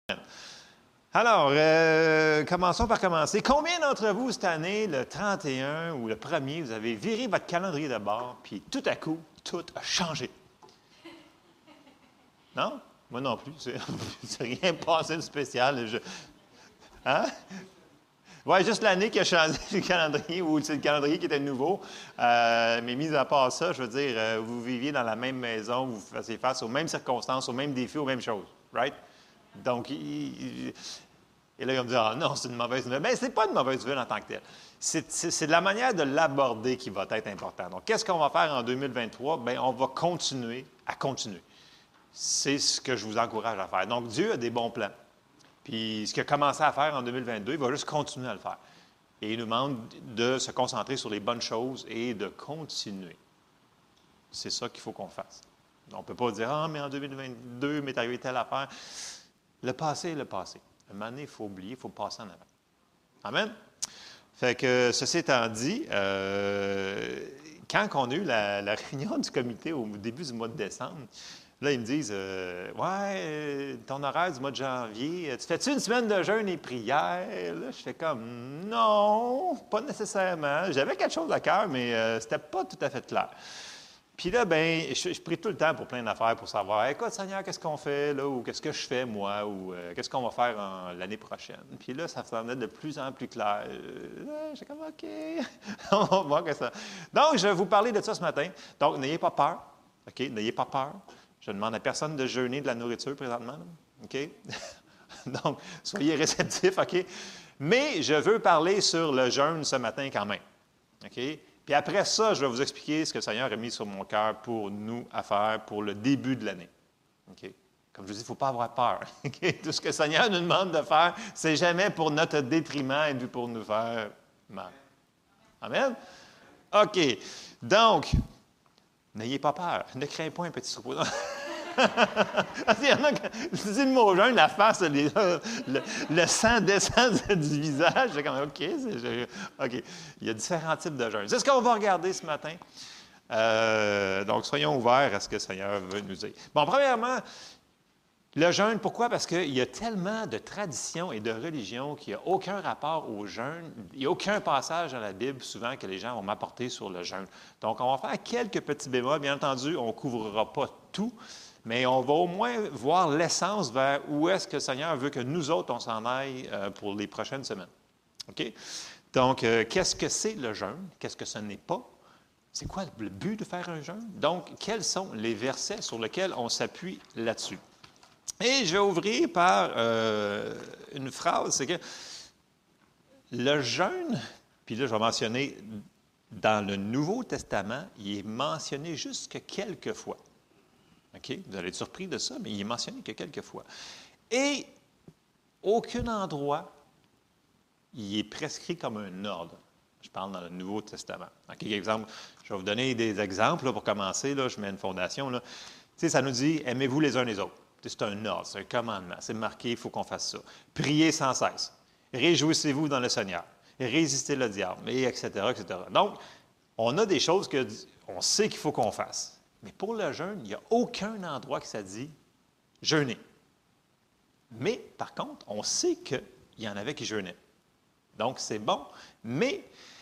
Alors, commençons par commencer. Combien d'entre vous, cette année, le 31 ou le 1er, vous avez viré votre calendrier de bord, puis tout à coup, tout a changé? Non? Moi non plus. C'est rien passé de spécial. Hein? Oui, juste l'année qui a changé le calendrier, ou c'est le calendrier qui était nouveau. Mais mis à part ça, je veux dire, vous viviez dans la même maison, vous faisiez face aux mêmes circonstances, aux mêmes défis, aux mêmes choses. Right? Donc, et là, ils vont me dire, ah non, c'est une mauvaise nouvelle. Mais ce n'est pas une mauvaise nouvelle en tant que telle. C'est la manière de l'aborder qui va être importante. Donc, qu'est-ce qu'on va faire en 2023? Bien, on va continuer à continuer. C'est ce que je vous encourage à faire. Donc, Dieu a des bons plans. Puis, ce qu'il a commencé à faire en 2022, il va juste continuer à le faire. Et il nous demande de se concentrer sur les bonnes choses et de continuer. C'est ça qu'il faut qu'on fasse. On ne peut pas dire, ah, mais en 2022, m'est arrivé telle affaire. Le passé est le passé. À un moment donné, il faut oublier, il faut passer en avant. Amen? Fait que, ceci étant dit, quand on a eu la réunion du comité au début du mois de décembre, là, ils me disent, ton horaire du mois de janvier, tu fais-tu une semaine de jeûne et prière? Là, je fais comme, non, pas nécessairement. J'avais quelque chose à cœur, mais c'était pas tout à fait clair. Puis là, bien, je prie tout le temps pour plein d'affaires pour savoir, écoute, Seigneur, qu'est-ce qu'on fait là, ou qu'est-ce que je fais moi, ou qu'est-ce qu'on va faire l'année prochaine. Puis là, ça s'en est de plus en plus clair. J'ai comme, OK, on va voir que ça. Donc, je vais vous parler de ça ce matin. Donc, n'ayez pas peur, OK, n'ayez pas peur. Je ne demande à personne de jeûner de la nourriture présentement, là. OK? Donc, soyez réceptifs, OK? Mais je veux parler sur le jeûne ce matin quand même, OK? Puis après ça, je vais vous expliquer ce que le Seigneur a mis sur mon cœur pour nous à faire pour le début de l'année. Okay? Comme je vous dis, il ne faut pas avoir peur. Okay? Tout ce que le Seigneur nous demande de faire, c'est jamais pour notre détriment et pour nous faire mal. Amen? OK. Donc, n'ayez pas peur. Ne craignez pas un petit troupeau. Il y en a qui disent le mot jeûne, la face, le sang descend du visage. C'est comme, OK. Il y a différents types de jeûnes. C'est ce qu'on va regarder ce matin. Donc, soyons ouverts à ce que le Seigneur veut nous dire. Bon, premièrement, le jeûne, pourquoi? Parce qu'il y a tellement de traditions et de religions qu'il n'y a aucun rapport au jeûne. Il n'y a aucun passage dans la Bible, souvent, que les gens vont m'apporter sur le jeûne. Donc, on va faire quelques petits bémols. Bien entendu, on ne couvrira pas tout, mais on va au moins voir l'essence vers où est-ce que le Seigneur veut que nous autres, on s'en aille pour les prochaines semaines. OK? Donc, qu'est-ce que c'est le jeûne? Qu'est-ce que ce n'est pas? C'est quoi le but de faire un jeûne? Donc, quels sont les versets sur lesquels on s'appuie là-dessus? Et je vais ouvrir par une phrase, c'est que le jeûne, puis là, je vais mentionner, dans le Nouveau Testament, il est mentionné juste que quelques fois. OK? Vous allez être surpris de ça, mais il est mentionné que quelques fois. Et aucun endroit, il est prescrit comme un ordre. Je parle dans le Nouveau Testament. OK? Exemple, je vais vous donner des exemples là, pour commencer. Là, je mets une fondation. Là. Tu sais, ça nous dit, aimez-vous les uns les autres. C'est un ordre, c'est un commandement. C'est marqué, il faut qu'on fasse ça. Priez sans cesse. Réjouissez-vous dans le Seigneur. Résistez le diable, et etc., etc. Donc, on a des choses qu'on sait qu'il faut qu'on fasse. Mais pour le jeûne, il n'y a aucun endroit que ça dit jeûner. Mais, par contre, on sait qu'il y en avait qui jeûnaient. Donc, c'est bon, mais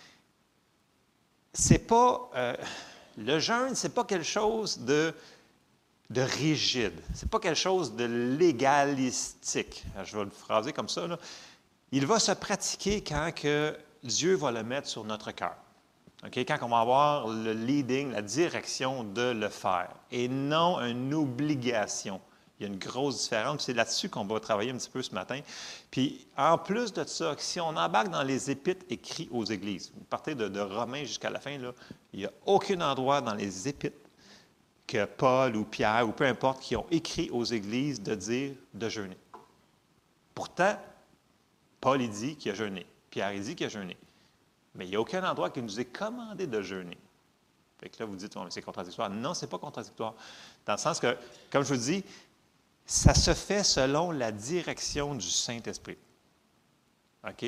c'est pas... le jeûne, ce n'est pas quelque chose de rigide. Ce n'est pas quelque chose de légalistique. Je vais le phraser comme ça. Là. Il va se pratiquer quand que Dieu va le mettre sur notre cœur. Okay? Quand on va avoir le leading, la direction de le faire, et non une obligation. Il y a une grosse différence. C'est là-dessus qu'on va travailler un petit peu ce matin. Puis, en plus de ça, si on embarque dans les épîtres écrits aux églises, vous partez de Romains jusqu'à la fin, là, il n'y a aucun endroit dans les épîtres que Paul ou Pierre ou peu importe qui ont écrit aux églises de dire de jeûner. Pourtant, Paul il dit qu'il a jeûné. Pierre il dit qu'il a jeûné. Mais il n'y a aucun endroit qui nous est commandé de jeûner. Fait que là, vous dites, oh, mais c'est contradictoire. Non, ce n'est pas contradictoire. Dans le sens que, comme je vous dis, ça se fait selon la direction du Saint-Esprit. OK?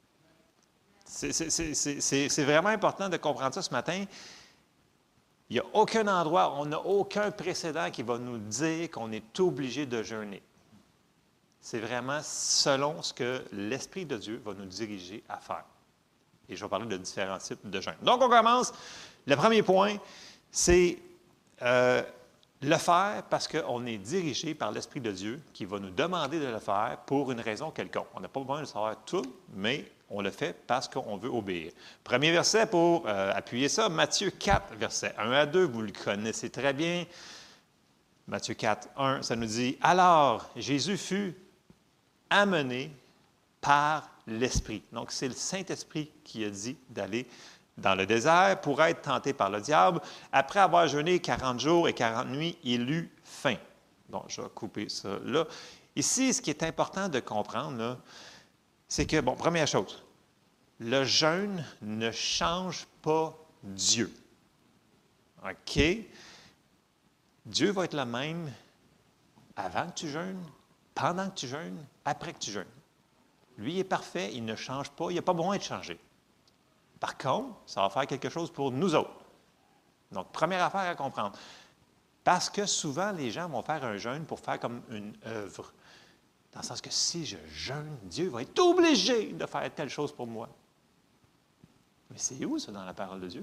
C'est vraiment important de comprendre ça ce matin. Il n'y a aucun endroit, on n'a aucun précédent qui va nous dire qu'on est obligé de jeûner. c'est vraiment selon ce que l'Esprit de Dieu va nous diriger à faire. Et je vais parler de différents types de jeûne. Donc, on commence. Le premier point, c'est le faire parce qu'on est dirigé par l'Esprit de Dieu qui va nous demander de le faire pour une raison quelconque. On n'a pas besoin de savoir tout, mais on le fait parce qu'on veut obéir. Premier verset pour appuyer ça, Matthieu 4, versets 1 à 2, vous le connaissez très bien. Matthieu 4, 1, ça nous dit « Alors, Jésus fut amené par l'Esprit. » Donc, c'est le Saint-Esprit qui a dit d'aller dans le désert pour être tenté par le diable. Après avoir jeûné 40 jours et 40 nuits, il eut faim. Bon, je vais couper ça là. Ici, ce qui est important de comprendre, là, c'est que, bon, première chose, le jeûne ne change pas Dieu. OK? Dieu va être le même avant que tu jeûnes, pendant que tu jeûnes, après que tu jeûnes. Lui, il est parfait, il ne change pas, il n'y a pas besoin de changer. Par contre, ça va faire quelque chose pour nous autres. Donc, première affaire à comprendre. Parce que souvent, les gens vont faire un jeûne pour faire comme une œuvre. Dans le sens que si je jeûne, Dieu va être obligé de faire telle chose pour moi. Mais c'est où ça dans la parole de Dieu?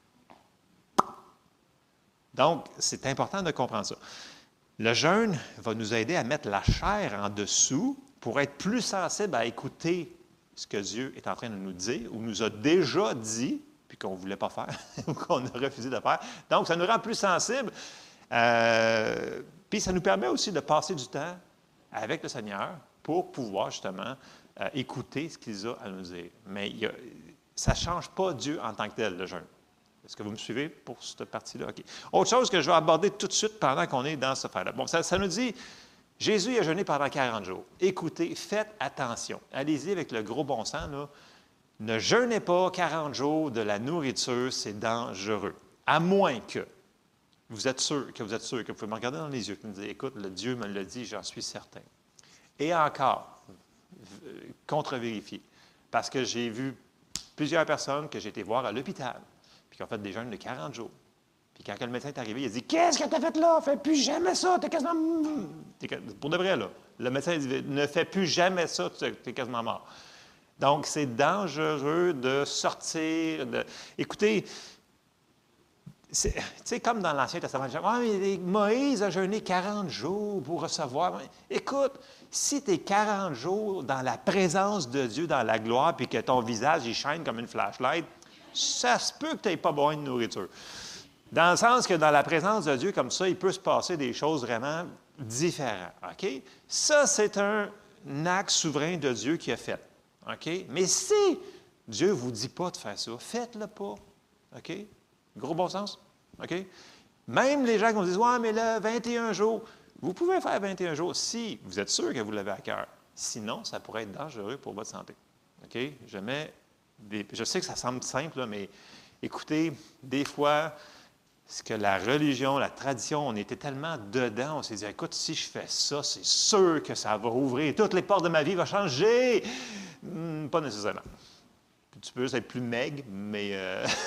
Donc, c'est important de comprendre ça. Le jeûne va nous aider à mettre la chair en dessous pour être plus sensible à écouter ce que Dieu est en train de nous dire ou nous a déjà dit, puis qu'on ne voulait pas faire ou qu'on a refusé de faire. Donc, ça nous rend plus sensibles. Puis, ça nous permet aussi de passer du temps avec le Seigneur pour pouvoir justement écouter ce qu'il a à nous dire. Mais ça ne change pas Dieu en tant que tel, le jeûne. Est-ce que vous me suivez pour cette partie-là? OK. Autre chose que je vais aborder tout de suite pendant qu'on est dans ce faire-là. Bon, ça nous dit, Jésus a jeûné pendant 40 jours. Écoutez, faites attention. Allez-y avec le gros bon sens, là. Ne jeûnez pas 40 jours de la nourriture, c'est dangereux. À moins que vous êtes sûr, que vous pouvez me regarder dans les yeux, que vous me dites, écoute, le Dieu me l'a dit, j'en suis certain. Et encore, contre-vérifier. Parce que j'ai vu plusieurs personnes que j'ai été voir à l'hôpital, puis qui ont fait des jeûnes de 40 jours. Puis quand le médecin est arrivé, il a dit « Qu'est-ce que tu as fait là? Fais plus jamais ça! T'es quasiment... » Pour de vrai, là. Le médecin dit « Ne fais plus jamais ça, t'es quasiment mort. » Donc, c'est dangereux de sortir. Écoutez, tu sais, comme dans l'Ancien Testament, mais Moïse a jeûné 40 jours pour recevoir. Écoute, si tu es 40 jours dans la présence de Dieu, dans la gloire, puis que ton visage, il chaîne comme une flashlight, ça se peut que tu n'aies pas besoin de nourriture. Dans le sens que dans la présence de Dieu, comme ça, il peut se passer des choses vraiment différentes. OK? Ça, c'est un acte souverain de Dieu qui a fait. OK? Mais si Dieu ne vous dit pas de faire ça, faites-le pas. OK? Gros bon sens? OK? Même les gens qui vont dire « Ouais, mais là, 21 jours. » Vous pouvez faire 21 jours si vous êtes sûr que vous l'avez à cœur. Sinon, ça pourrait être dangereux pour votre santé. OK? Je sais que ça semble simple, là, mais écoutez, des fois, c'est que la religion, la tradition, on était tellement dedans, on s'est dit, écoute, si je fais ça, c'est sûr que ça va ouvrir, toutes les portes de ma vie vont changer. Pas nécessairement. Tu peux être plus maigre, mais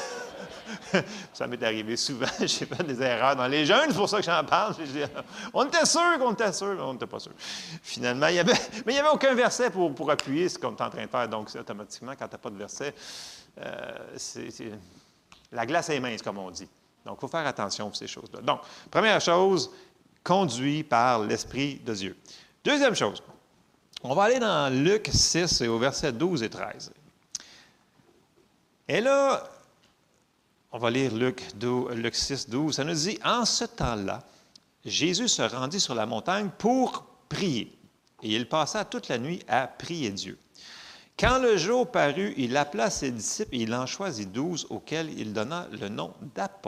ça m'est arrivé souvent. J'ai fait des erreurs dans les jeunes, c'est pour ça que j'en parle. On était sûr qu'on était sûr, mais on n'était pas sûr. Finalement, il n'y avait aucun verset pour appuyer ce qu'on est en train de faire. Donc, automatiquement, quand tu n'as pas de verset, la glace est mince, comme on dit. Donc, il faut faire attention à ces choses-là. Donc, première chose, conduit par l'Esprit de Dieu. Deuxième chose, on va aller dans Luc 6 et au verset 12 et 13. Et là, on va lire Luc 6, 12. Ça nous dit, « En ce temps-là, Jésus se rendit sur la montagne pour prier. Et il passa toute la nuit à prier Dieu. Quand le jour parut, il appela ses disciples et il en choisit 12 auxquels il donna le nom d'apôtres. »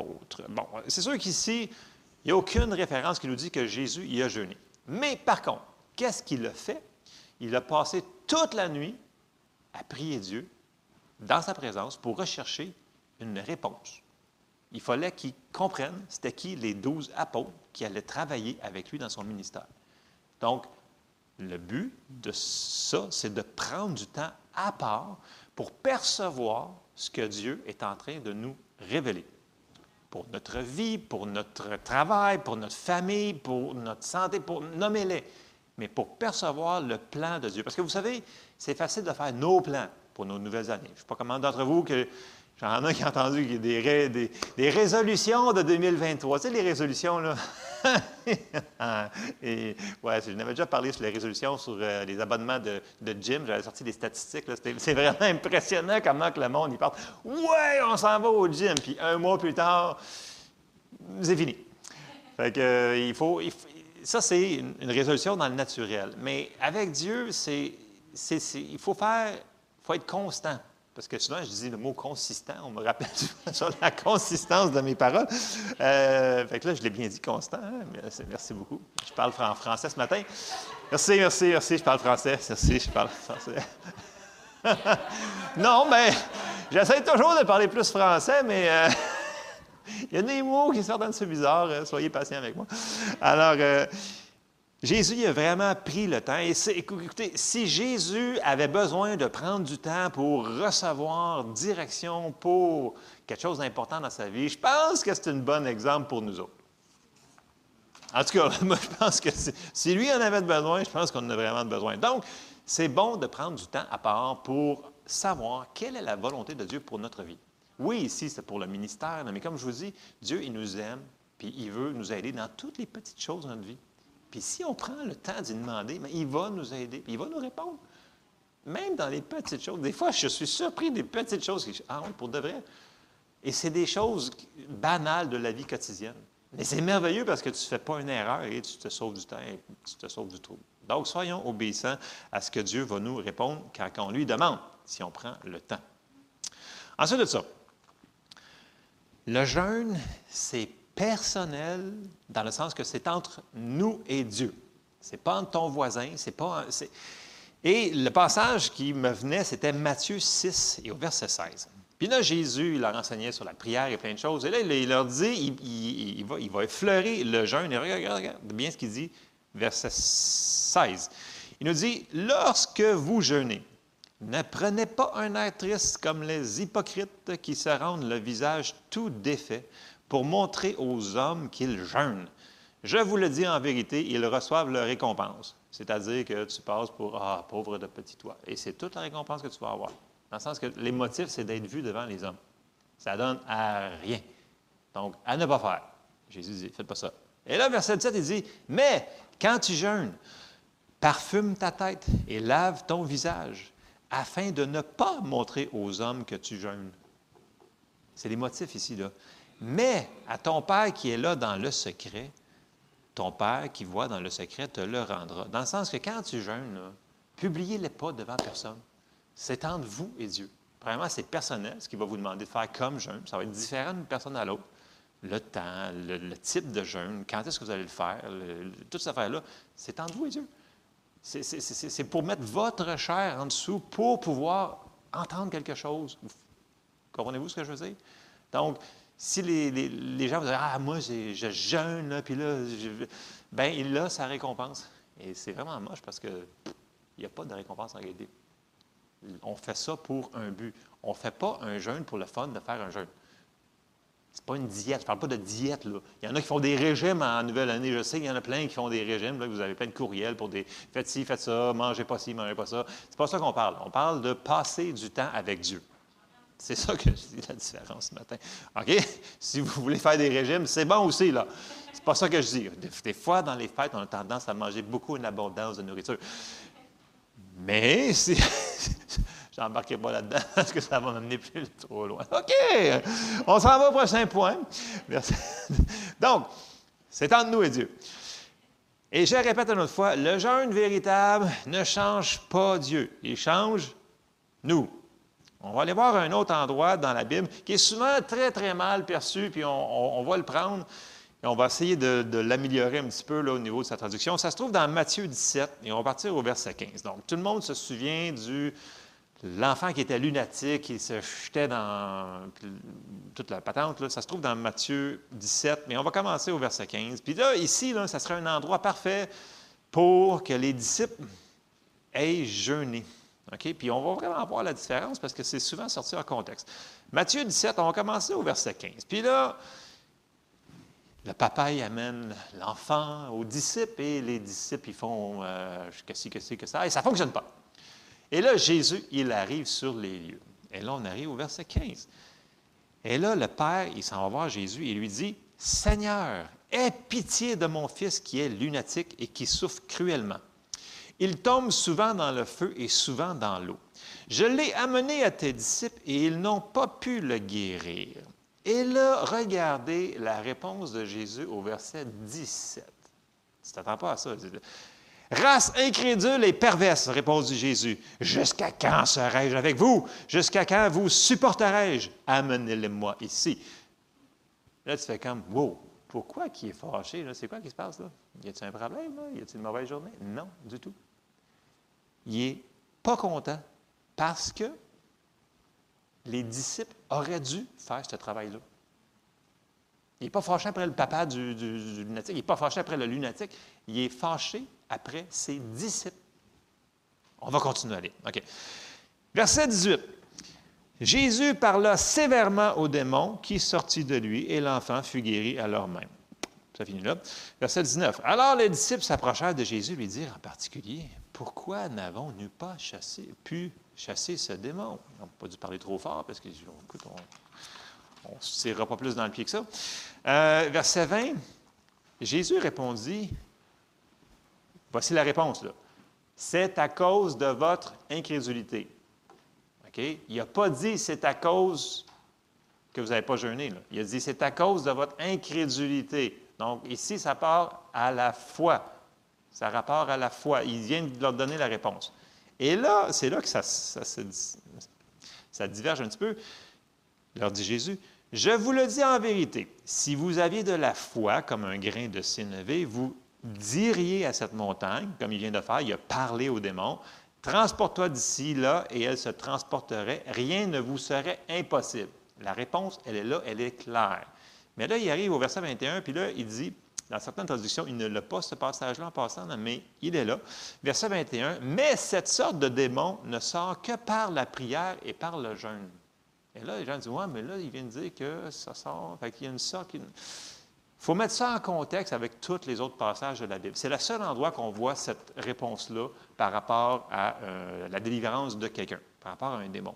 Bon, c'est sûr qu'ici, il n'y a aucune référence qui nous dit que Jésus y a jeûné. Mais par contre, qu'est-ce qu'il a fait? Il a passé toute la nuit à prier Dieu dans sa présence pour rechercher une réponse. Il fallait qu'il comprenne c'était qui les 12 apôtres qui allaient travailler avec lui dans son ministère. Donc, le but de ça, c'est de prendre du temps à part pour percevoir ce que Dieu est en train de nous révéler. Pour notre vie, pour notre travail, pour notre famille, pour notre santé, pour nommez-les. mais pour percevoir le plan de Dieu. Parce que vous savez, c'est facile de faire nos plans pour nos nouvelles années. Je ne sais pas comment d'entre vous que j'en ai qui ont entendu qu'il y a des résolutions de 2023. Tu sais, les résolutions, là. Et, ouais, je n'avais déjà parlé sur les résolutions, sur les abonnements de gym. J'avais sorti des statistiques. Là. C'est vraiment impressionnant comment que le monde y parle. Ouais, on s'en va au gym. Puis un mois plus tard, c'est fini. Fait que, ça, c'est une résolution dans le naturel. Mais avec Dieu, il faut être constant. Parce que souvent, je dis le mot consistant. On me rappelle sur la consistance de mes paroles. Fait que là, je l'ai bien dit constant. Hein? Merci beaucoup. Je parle en français ce matin. Merci. Je parle français. Merci, je parle français. Non, mais j'essaie toujours de parler plus français, mais il y a des mots qui sortent un peu bizarres. Soyez patients avec moi. Alors, Jésus a vraiment pris le temps. Et écoutez, si Jésus avait besoin de prendre du temps pour recevoir direction pour quelque chose d'important dans sa vie, je pense que c'est un bon exemple pour nous autres. En tout cas, moi, je pense que si lui en avait besoin, je pense qu'on en a vraiment besoin. Donc, c'est bon de prendre du temps à part pour savoir quelle est la volonté de Dieu pour notre vie. Oui, ici, c'est pour le ministère, mais comme je vous dis, Dieu, il nous aime, puis il veut nous aider dans toutes les petites choses de notre vie. Puis si on prend le temps d'y demander, bien, il va nous aider, puis il va nous répondre. Même dans les petites choses. Des fois, je suis surpris des petites choses. Ah oui, pour de vrai. Et c'est des choses banales de la vie quotidienne. Mais c'est merveilleux parce que tu ne fais pas une erreur et tu te sauves du temps et tu te sauves du trouble. Donc, soyons obéissants à ce que Dieu va nous répondre quand on lui demande, si on prend le temps. Ensuite de ça, le jeûne, c'est personnel, dans le sens que c'est entre nous et Dieu. Ce n'est pas entre ton voisin, c'est pas... Et le passage qui me venait, c'était Matthieu 6 et au verset 16. Puis là, Jésus, il leur enseignait sur la prière et plein de choses. Et là, il leur dit, il va effleurer le jeûne. Et regarde bien ce qu'il dit, verset 16. Il nous dit, « Lorsque vous jeûnez, ne prenez pas un air triste comme les hypocrites qui se rendent le visage tout défait, pour montrer aux hommes qu'ils jeûnent. Je vous le dis en vérité, ils reçoivent leur récompense. » C'est-à-dire que tu passes pour « Ah, pauvre de petit toi ». Et c'est toute la récompense que tu vas avoir. Dans le sens que les motifs, c'est d'être vu devant les hommes. Ça donne à rien. Donc, à ne pas faire. Jésus dit « Faites pas ça ». Et là, verset 17, il dit « Mais quand tu jeûnes, parfume ta tête et lave ton visage, afin de ne pas montrer aux hommes que tu jeûnes. » C'est les motifs ici, là. Mais à ton Père qui est là dans le secret, ton Père qui voit dans le secret te le rendra. Dans le sens que quand tu jeûnes, publiez-les pas devant personne. C'est entre vous et Dieu. Vraiment, c'est personnel, ce qu'il va vous demander de faire comme jeûne. Ça va être différent d'une personne à l'autre. Le temps, le type de jeûne, quand est-ce que vous allez le faire, toute cette affaire-là, c'est entre vous et Dieu. C'est pour mettre votre chair en dessous pour pouvoir entendre quelque chose. Comprenez-vous ce que je veux dire? Donc, si les gens vous disent « Ah, moi, je jeûne, là, puis là, bien, il a sa récompense. » Et c'est vraiment moche parce qu'il n'y a pas de récompense en réalité. On fait ça pour un but. On ne fait pas un jeûne pour le fun de faire un jeûne. C'est pas une diète. Je ne parle pas de diète, là. Il y en a qui font des régimes en nouvelle année. Je sais qu'il y en a plein qui font des régimes. Là, vous avez plein de courriels pour des « Faites ci, faites ça, mangez pas ci, mangez pas ça. » C'est pas ça qu'on parle. On parle de passer du temps avec Dieu. C'est ça que je dis la différence ce matin. OK? Si vous voulez faire des régimes, c'est bon aussi, là. C'est pas ça que je dis. Des fois, dans les fêtes, on a tendance à manger beaucoup une abondance de nourriture. Mais si... J'embarquerai pas là-dedans parce que ça va m'amener plus trop loin. OK! On s'en va au prochain point. Merci. Donc, c'est entre nous et Dieu. Et je répète une autre fois, le jeûne véritable ne change pas Dieu. Il change nous. On va aller voir un autre endroit dans la Bible qui est souvent très, très mal perçu, puis on va le prendre et on va essayer de l'améliorer un petit peu là, au niveau de sa traduction. Ça se trouve dans Matthieu 17 et on va partir au verset 15. Donc, tout le monde se souvient de l'enfant qui était lunatique, qui se jetait dans toute la patente. Là. Ça se trouve dans Matthieu 17, mais on va commencer au verset 15. Puis là, ici, là, ça serait un endroit parfait pour que les disciples aient jeûné. Okay? Puis on va vraiment voir la différence parce que c'est souvent sorti hors contexte. Matthieu 17, on va commencer au verset 15. Puis là, le papa, il amène l'enfant aux disciples et les disciples, ils font que ça, et ça ne fonctionne pas. Et là, Jésus, il arrive sur les lieux. Et là, on arrive au verset 15. Et là, le père, il s'en va voir Jésus et lui dit, « Seigneur, aie pitié de mon fils qui est lunatique et qui souffre cruellement. Il tombe souvent dans le feu et souvent dans l'eau. Je l'ai amené à tes disciples et ils n'ont pas pu le guérir. » Et là, regardez la réponse de Jésus au verset 17. Tu ne t'attends pas à ça. « Race incrédule et perverse, répondit Jésus. Jusqu'à quand serai-je avec vous? Jusqu'à quand vous supporterai-je? Amenez-le-moi ici. » Là, tu fais comme, wow, pourquoi qui est fâché? C'est quoi qui se passe là? Y a-t-il un problème? Là? Y a-t-il une mauvaise journée? Non, du tout. Il n'est pas content parce que les disciples auraient dû faire ce travail-là. Il n'est pas fâché après le papa du lunatique, il n'est pas fâché après le lunatique, il est fâché après ses disciples. On va continuer à aller. OK. Verset 18. Jésus parla sévèrement au démon qui sortit de lui et l'enfant fut guéri à l'heure même. Ça finit là. Verset 19. Alors les disciples s'approchèrent de Jésus et lui dirent en particulier, « Pourquoi n'avons-nous pas pu chasser ce démon? » Ils n'ont pas dû parler trop fort parce que, écoute, on ne se tirera pas plus dans le pied que ça. Verset 20. Jésus répondit, voici la réponse, là. C'est à cause de votre incrédulité. Okay? Il n'a pas dit c'est à cause que vous n'avez pas jeûné. Là. Il a dit c'est à cause de votre incrédulité. Donc, ici, ça part à la foi. Ça rapporte à la foi. Il vient de leur donner la réponse. Et là, c'est là que ça diverge un petit peu. Leur dit Jésus, « Je vous le dis en vérité, si vous aviez de la foi comme un grain de sénévé, vous diriez à cette montagne, comme il vient de faire, il a parlé au démon, « Transporte-toi d'ici, là, et elle se transporterait. Rien ne vous serait impossible. » La réponse, elle est là, elle est claire. Mais là, il arrive au verset 21, puis là, il dit, dans certaines traductions, il ne l'a pas, ce passage-là en passant, mais il est là. Verset 21, « Mais cette sorte de démon ne sort que par la prière et par le jeûne. » Et là, les gens disent, « Ouais, mais là, il vient de dire que ça sort. » Fait qu'il y a une sorte qui... Il faut mettre ça en contexte avec tous les autres passages de la Bible. C'est le seul endroit qu'on voit cette réponse-là par rapport à la délivrance de quelqu'un, par rapport à un démon.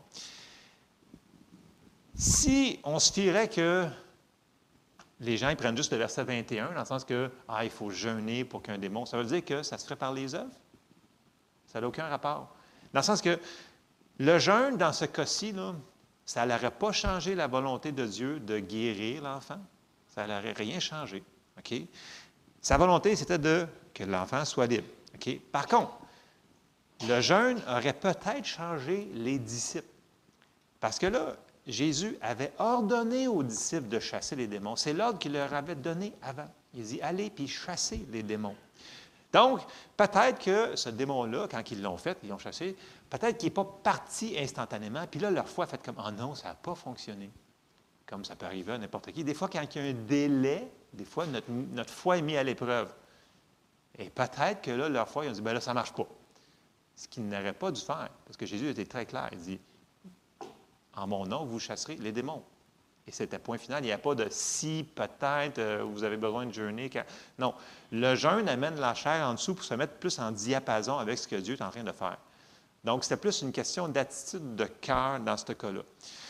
Si on se fierait que les gens ils prennent juste le verset 21, dans le sens que il faut jeûner pour qu'un démon, ça veut dire que ça se ferait par les œuvres? Ça n'a aucun rapport. Dans le sens que le jeûne, dans ce cas-ci, là, ça n'aurait pas changé la volonté de Dieu de guérir l'enfant. Ça n'aurait rien changé. Okay? Sa volonté, c'était que l'enfant soit libre. Okay? Par contre, le jeûne aurait peut-être changé les disciples. Parce que là, Jésus avait ordonné aux disciples de chasser les démons. C'est l'ordre qu'il leur avait donné avant. Il dit, allez puis chassez les démons. Donc, peut-être que ce démon-là, quand ils l'ont fait, ils l'ont chassé, peut-être qu'il n'est pas parti instantanément, puis là, leur foi a fait comme, « Oh non, ça n'a pas fonctionné. » Comme ça peut arriver à n'importe qui. Des fois, quand il y a un délai, des fois, notre foi est mise à l'épreuve. Et peut-être que là, leur foi, ils ont dit, « Bien là, ça ne marche pas. » Ce qu'ils n'auraient pas dû faire, parce que Jésus était très clair. Il dit, « En mon nom, vous chasserez les démons. » Et c'était point final. Il n'y a pas de « si, peut-être, vous avez besoin de jeûner. » Non. Le jeûne amène la chair en dessous pour se mettre plus en diapason avec ce que Dieu est en train de faire. Donc, c'était plus une question d'attitude de cœur dans ce cas-là.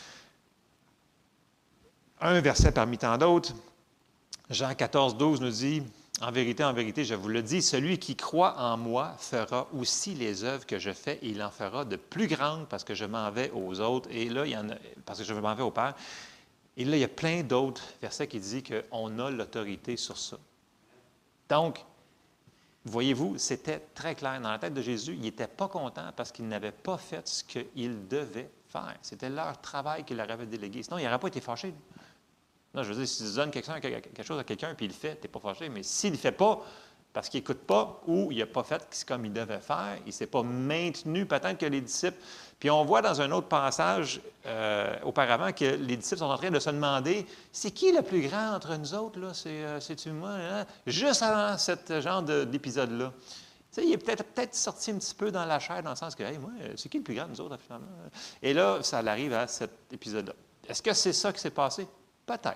Un verset parmi tant d'autres, Jean 14, 12 nous dit, « En vérité, je vous le dis, celui qui croit en moi fera aussi les œuvres que je fais, et il en fera de plus grandes parce que je m'en vais aux autres. » Et là, il y en a, parce que je m'en vais au Père. Et là, il y a plein d'autres versets qui disent qu'on a l'autorité sur ça. Donc, voyez-vous, c'était très clair. Dans la tête de Jésus, il n'était pas content parce qu'il n'avait pas fait ce qu'il devait faire. C'était leur travail qu'il leur avait délégué. Sinon, il n'aurait pas été fâché. Non, je veux dire, si tu donnes quelque chose à quelqu'un puis il le fait, tu n'es pas fâché. Mais s'il ne le fait pas parce qu'il n'écoute pas ou il n'a pas fait comme il devait faire, il ne s'est pas maintenu, peut-être que les disciples... Puis on voit dans un autre passage auparavant que les disciples sont en train de se demander, c'est qui le plus grand entre nous autres, là? C'est-tu moi? Hein? Juste avant ce genre d'épisode-là. Tu sais, il est peut-être sorti un petit peu dans la chair, dans le sens que, hey, moi, c'est qui le plus grand de nous autres, finalement? Et là, ça arrive à cet épisode-là. Est-ce que c'est ça qui s'est passé? Peut-être.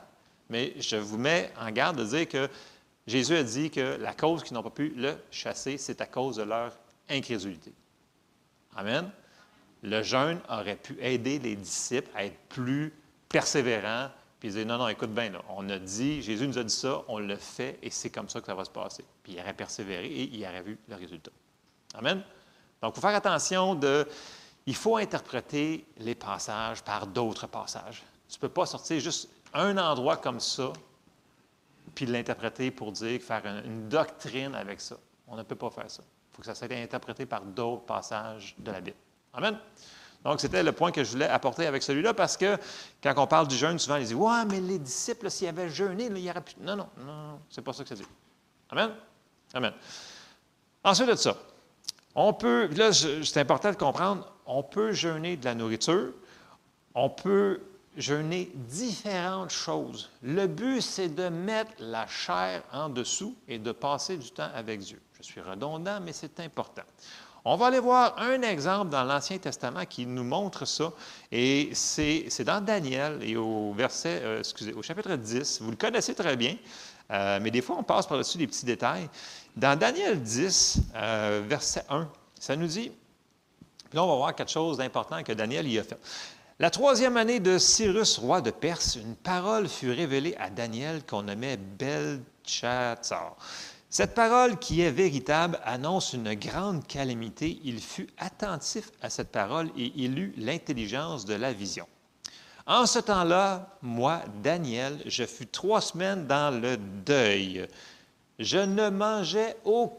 Mais je vous mets en garde de dire que Jésus a dit que la cause qu'ils n'ont pas pu le chasser, c'est à cause de leur incrédulité. Amen. Le jeûne aurait pu aider les disciples à être plus persévérants, puis dire, non, non, écoute bien, là, on a dit, Jésus nous a dit ça, on le fait, et c'est comme ça que ça va se passer. Puis il aurait persévéré et il aurait vu le résultat. Amen. Donc, il faut faire attention il faut interpréter les passages par d'autres passages. Tu ne peux pas sortir juste un endroit comme ça, puis l'interpréter pour dire, faire une doctrine avec ça. On ne peut pas faire ça. Il faut que ça soit interprété par d'autres passages de la Bible. Amen. Donc, c'était le point que je voulais apporter avec celui-là, parce que quand on parle du jeûne, souvent, ils disent, « Ouais, mais les disciples, s'ils avaient jeûné, là, il y aurait pu... » Non, non, non, c'est pas ça que ça dit. Amen. Amen. Ensuite de ça, on peut, là, c'est important de comprendre, on peut jeûner de la nourriture, on peut jeûner différentes choses. Le but, c'est de mettre la chair en dessous et de passer du temps avec Dieu. Je suis redondant, mais c'est important. On va aller voir un exemple dans l'Ancien Testament qui nous montre ça, et c'est dans Daniel, et au au chapitre 10. Vous le connaissez très bien, mais des fois, on passe par-dessus des petits détails. Dans Daniel 10, verset 1, ça nous dit, puis là, on va voir quelque chose d'important que Daniel y a fait. La 3e année de Cyrus, roi de Perse, une parole fut révélée à Daniel qu'on nommait Belchatsar. Cette parole, qui est véritable, annonce une grande calamité. Il fut attentif à cette parole et il eut l'intelligence de la vision. En ce temps-là, moi, Daniel, je fus 3 semaines dans le deuil. Je ne mangeai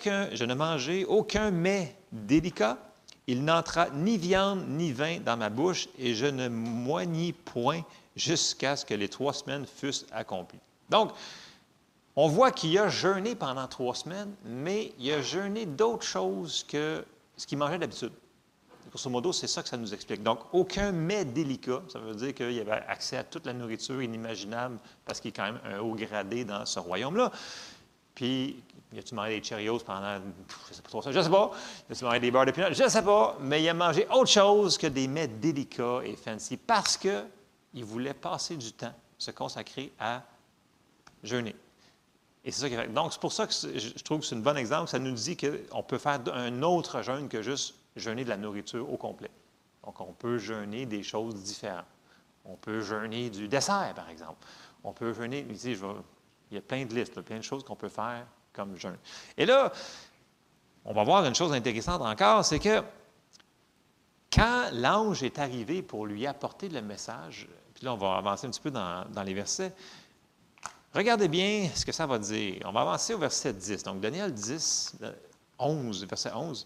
aucun mets délicat. Il n'entra ni viande ni vin dans ma bouche, et je ne m'oignis point jusqu'à ce que les 3 semaines fussent accomplies. Donc, on voit qu'il a jeûné pendant 3 semaines, mais il a jeûné d'autres choses que ce qu'il mangeait d'habitude. Grosso modo, c'est ça que ça nous explique. Donc, aucun mets délicat, ça veut dire qu'il avait accès à toute la nourriture inimaginable, parce qu'il est quand même un haut gradé dans ce royaume-là. Puis, il a-tu mangé des Cheerios pendant, je ne sais pas trop ça, je ne sais pas. Il a-tu mangé des beurres de pinot, je ne sais pas. Mais il a mangé autre chose que des mets délicats et fancy, parce qu'il voulait passer du temps, se consacrer à jeûner. Et c'est ça qu'il fait. Donc, c'est pour ça que je trouve que c'est un bon exemple. Ça nous dit qu'on peut faire un autre jeûne que juste jeûner de la nourriture au complet. Donc, on peut jeûner des choses différentes. On peut jeûner du dessert, par exemple. On peut jeûner, il y a plein de listes, plein de choses qu'on peut faire comme jeûne. Et là, on va voir une chose intéressante encore, c'est que quand l'ange est arrivé pour lui apporter le message, puis là, on va avancer un petit peu dans les versets, regardez bien ce que ça va dire. On va avancer au verset 10. Donc, Daniel 10, 11, verset 11.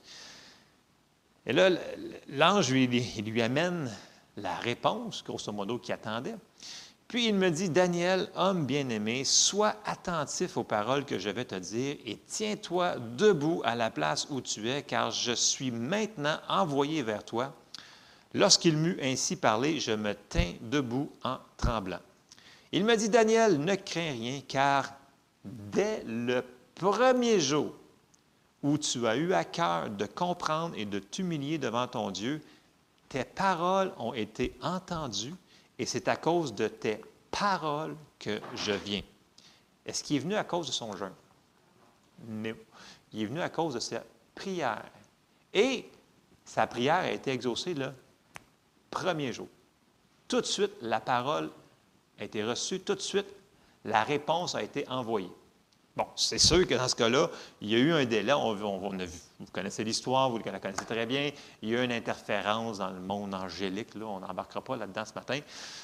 Et là, l'ange lui amène la réponse, grosso modo, qu'il attendait. Puis il me dit, Daniel, homme bien-aimé, sois attentif aux paroles que je vais te dire et tiens-toi debout à la place où tu es, car je suis maintenant envoyé vers toi. Lorsqu'il m'eut ainsi parlé, je me tins debout en tremblant. Il me dit, Daniel, ne crains rien, car dès le premier jour où tu as eu à cœur de comprendre et de t'humilier devant ton Dieu, tes paroles ont été entendues et c'est à cause de tes paroles que je viens. Est-ce qu'il est venu à cause de son jeûne? Non. Il est venu à cause de sa prière. Et sa prière a été exaucée le premier jour. Tout de suite, la parole a été reçue. Tout de suite, la réponse a été envoyée. Bon, c'est sûr que dans ce cas-là, il y a eu un délai. Vous connaissez l'histoire, vous la connaissez très bien. Il y a eu une interférence dans le monde angélique. Là, on n'embarquera pas là-dedans ce matin.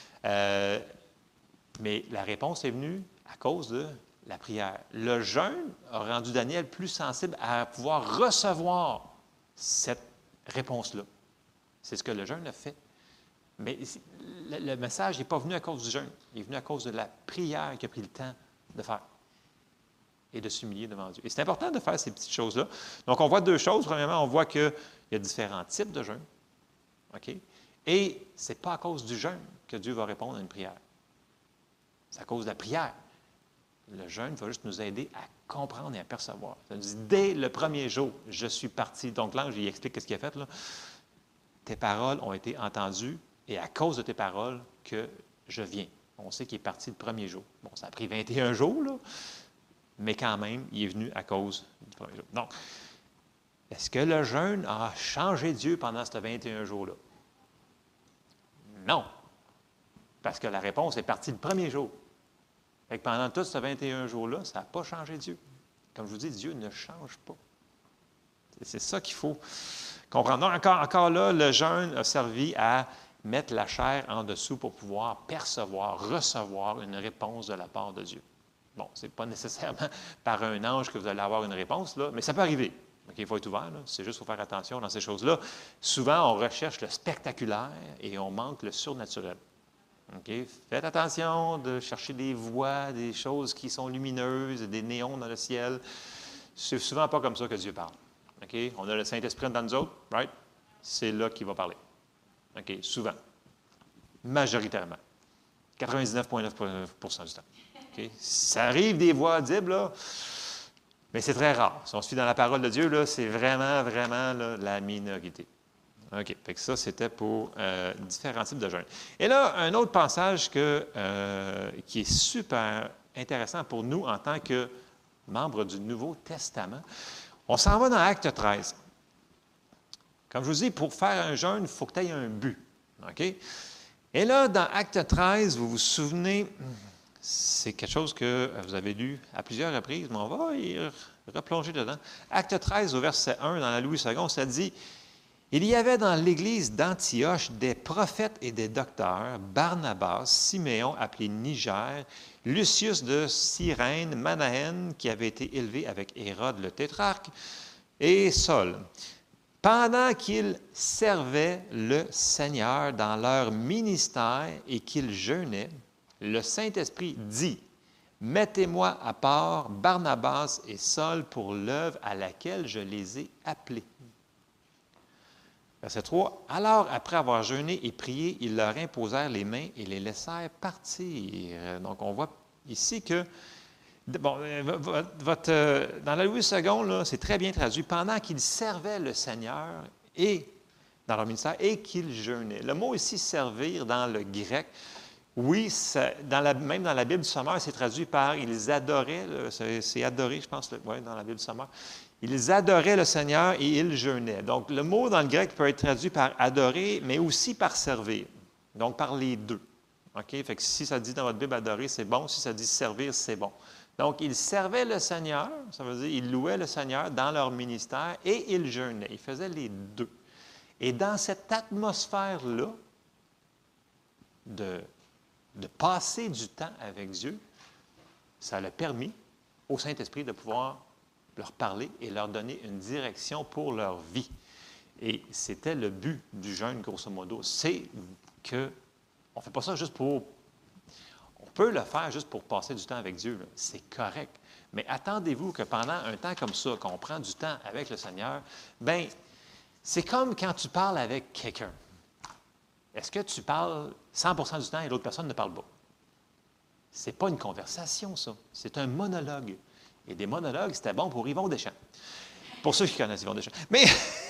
Mais la réponse est venue à cause de la prière. Le jeûne a rendu Daniel plus sensible à pouvoir recevoir cette réponse-là. C'est ce que le jeûne a fait. Mais le message n'est pas venu à cause du jeûne. Il est venu à cause de la prière qu'il a pris le temps de faire et de s'humilier devant Dieu. Et c'est important de faire ces petites choses-là. Donc, on voit 2 choses. Premièrement, on voit qu'il y a différents types de jeûnes. OK? Et ce n'est pas à cause du jeûne que Dieu va répondre à une prière. C'est à cause de la prière. Le jeûne va juste nous aider à comprendre et à percevoir. Ça nous dit, dès le premier jour, je suis parti. Donc, l'ange, il explique ce qu'il a fait, là. Tes paroles ont été entendues et à cause de tes paroles que je viens. On sait qu'il est parti le premier jour. Bon, ça a pris 21 jours, là, mais quand même, il est venu à cause du premier jour. Donc, est-ce que le jeûne a changé Dieu pendant ces 21 jours-là? Non. Parce que la réponse est partie le premier jour. Fait que pendant tous ces 21 jours-là, ça n'a pas changé Dieu. Comme je vous dis, Dieu ne change pas. C'est ça qu'il faut comprendre. Donc, encore là, le jeûne a servi à mettre la chair en dessous pour pouvoir percevoir, recevoir une réponse de la part de Dieu. Bon, ce n'est pas nécessairement par un ange que vous allez avoir une réponse, là, mais ça peut arriver. Okay, il faut être ouvert, c'est juste qu'il faut faire attention dans ces choses-là. Souvent, on recherche le spectaculaire et on manque le surnaturel. Okay? Faites attention de chercher des voies, des choses qui sont lumineuses, des néons dans le ciel. C'est souvent pas comme ça que Dieu parle. Okay? On a le Saint-Esprit dans nous autres, right? C'est là qu'il va parler. OK, souvent. Majoritairement. 99,9% du temps. Okay? Ça arrive des voix audibles, là, mais c'est très rare. Si on se fie dans la parole de Dieu, là, c'est vraiment, vraiment là, la minorité. OK, fait que ça, c'était pour différents types de jeûnes. Et là, un autre passage qui est super intéressant pour nous en tant que membres du Nouveau Testament. On s'en va dans Acte 13. Comme je vous dis, pour faire un jeûne, il faut que tu aies un but. OK? Et là, dans Acte 13, vous vous souvenez, c'est quelque chose que vous avez lu à plusieurs reprises, mais on va y replonger dedans. Acte 13, au verset 1, dans la Louis II, ça dit « Il y avait dans l'église d'Antioche des prophètes et des docteurs, Barnabas, Siméon, appelé Niger, Lucius de Cyrène, Manahen, qui avait été élevé avec Hérode le tétrarque, et Saul. Pendant qu'ils servaient le Seigneur dans leur ministère et qu'ils jeûnaient, le Saint-Esprit dit, « Mettez-moi à part Barnabas et Saul pour l'œuvre à laquelle je les ai appelés. » Verset 3, « Alors, après avoir jeûné et prié, ils leur imposèrent les mains et les laissèrent partir. » Donc, on voit ici que bon, dans la Louis II, c'est très bien traduit. Pendant qu'ils servaient le Seigneur et dans leur ministère et qu'ils jeûnaient. Le mot ici servir dans le grec, oui, même dans la Bible du Sommeur, c'est traduit par ils adoraient, c'est adorer, je pense, oui, dans la Bible du Sommeur. Ils adoraient le Seigneur et ils jeûnaient. Donc, le mot dans le grec peut être traduit par adorer, mais aussi par servir. Donc, par les deux. OK? Fait que si ça dit dans votre Bible adorer, c'est bon. Si ça dit servir, c'est bon. Donc, ils servaient le Seigneur, ça veut dire ils louaient le Seigneur dans leur ministère et ils jeûnaient. Ils faisaient les deux. Et dans cette atmosphère-là, de passer du temps avec Dieu, ça a permis au Saint-Esprit de pouvoir leur parler et leur donner une direction pour leur vie. Et c'était le but du jeûne, grosso modo. C'est qu'on ne fait pas ça juste pour... On peut le faire juste pour passer du temps avec Dieu, là. C'est correct. Mais attendez-vous que pendant un temps comme ça, qu'on prend du temps avec le Seigneur, bien, c'est comme quand tu parles avec quelqu'un. Est-ce que tu parles 100% du temps et l'autre personne ne parle pas? Ce n'est pas une conversation, ça. C'est un monologue. Et des monologues, c'était bon pour Yvon Deschamps. Pour ceux qui connaissent Yvon Deschamps. Mais,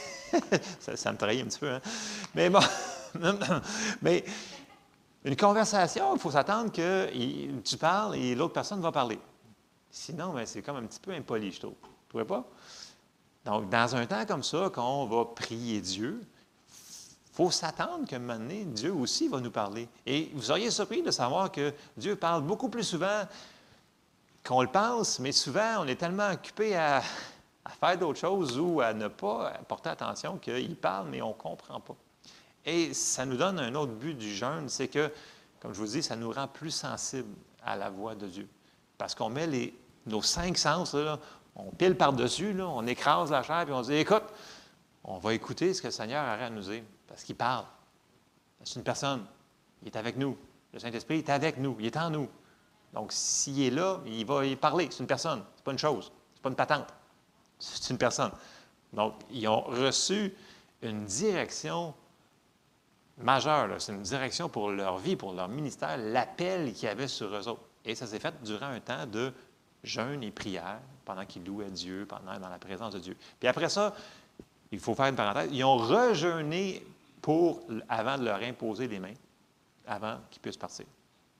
ça me trahit un petit peu, hein? Mais bon, mais une conversation, il faut s'attendre que tu parles et l'autre personne va parler. Sinon, bien, c'est comme un petit peu impoli, je trouve. Vous ne trouvez pas? Donc, dans un temps comme ça, quand on va prier Dieu, il faut s'attendre qu'à un moment donné, Dieu aussi va nous parler. Et vous seriez surpris de savoir que Dieu parle beaucoup plus souvent qu'on le pense, mais souvent, on est tellement occupé à faire d'autres choses ou à ne pas porter attention qu'il parle, mais on ne comprend pas. Et ça nous donne un autre but du jeûne, c'est que, comme je vous dis, ça nous rend plus sensibles à la voix de Dieu. Parce qu'on met nos 5 sens, là, on pile par-dessus, là, on écrase la chair, puis on dit, écoute, on va écouter ce que le Seigneur a à nous dire, parce qu'il parle. C'est une personne, il est avec nous. Le Saint-Esprit est avec nous, il est en nous. Donc, s'il est là, il va y parler. C'est une personne, c'est pas une chose, c'est pas une patente. C'est une personne. Donc, ils ont reçu une direction majeure. Là. C'est une direction pour leur vie, pour leur ministère, l'appel qu'il y avait sur eux autres. Et ça s'est fait durant un temps de jeûne et prière, pendant qu'ils louaient Dieu, dans la présence de Dieu. Puis après ça, il faut faire une parenthèse, ils ont rejeûné avant de leur imposer les mains, avant qu'ils puissent partir.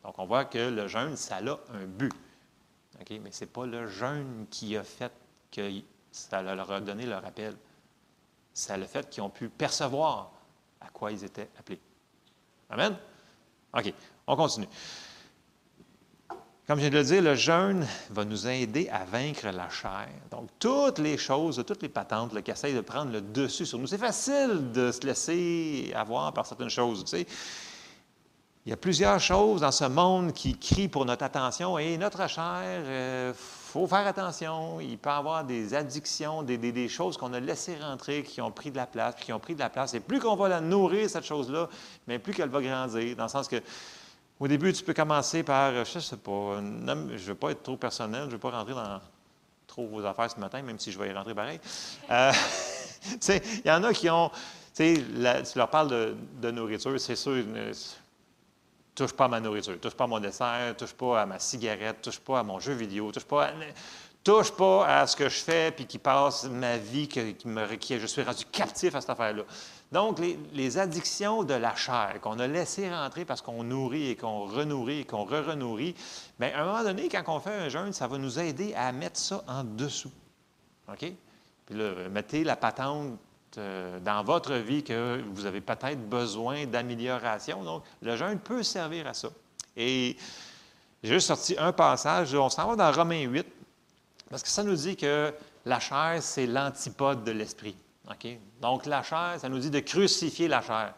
Donc, on voit que le jeûne, ça a un but. Okay? Mais ce n'est pas le jeûne qui a fait que ça leur a donné le rappel. C'est le fait qu'ils ont pu percevoir à quoi ils étaient appelés. Amen? OK, on continue. Comme je viens de le dire, le jeûne va nous aider à vaincre la chair. Donc, toutes les choses, toutes les patentes là, qui essayent de prendre le dessus sur nous, c'est facile de se laisser avoir par certaines choses. Tu sais. Il y a plusieurs choses dans ce monde qui crient pour notre attention. Et notre chair, faut faire attention. Il peut y avoir des addictions, des choses qu'on a laissées rentrer, qui ont pris de la place, puis qui ont pris de la place. Et plus qu'on va la nourrir, cette chose-là, mais plus qu'elle va grandir. Dans le sens que, au début, tu peux commencer par, je ne sais pas, je ne veux pas être trop personnel, je ne veux pas rentrer dans trop vos affaires ce matin, même si je vais y rentrer pareil. Il y en a qui ont, tu leur parles de nourriture, c'est sûr. Touche pas à ma nourriture, touche pas à mon dessert, touche pas à ma cigarette, touche pas à mon jeu vidéo, touche pas à ce que je fais puis qui passe ma vie, je suis rendu captif à cette affaire-là. Donc, les addictions de la chair qu'on a laissées rentrer parce qu'on nourrit et qu'on renourrit et qu'on re-renourrit, bien, à un moment donné, quand on fait un jeûne, ça va nous aider à mettre ça en dessous. OK? Puis là, mettez la patente dans votre vie que vous avez peut-être besoin d'amélioration. Donc, le jeûne peut servir à ça. Et j'ai juste sorti un passage, on s'en va dans Romains 8, parce que ça nous dit que la chair, c'est l'antipode de l'esprit. Okay? Donc, la chair, ça nous dit de crucifier la chair.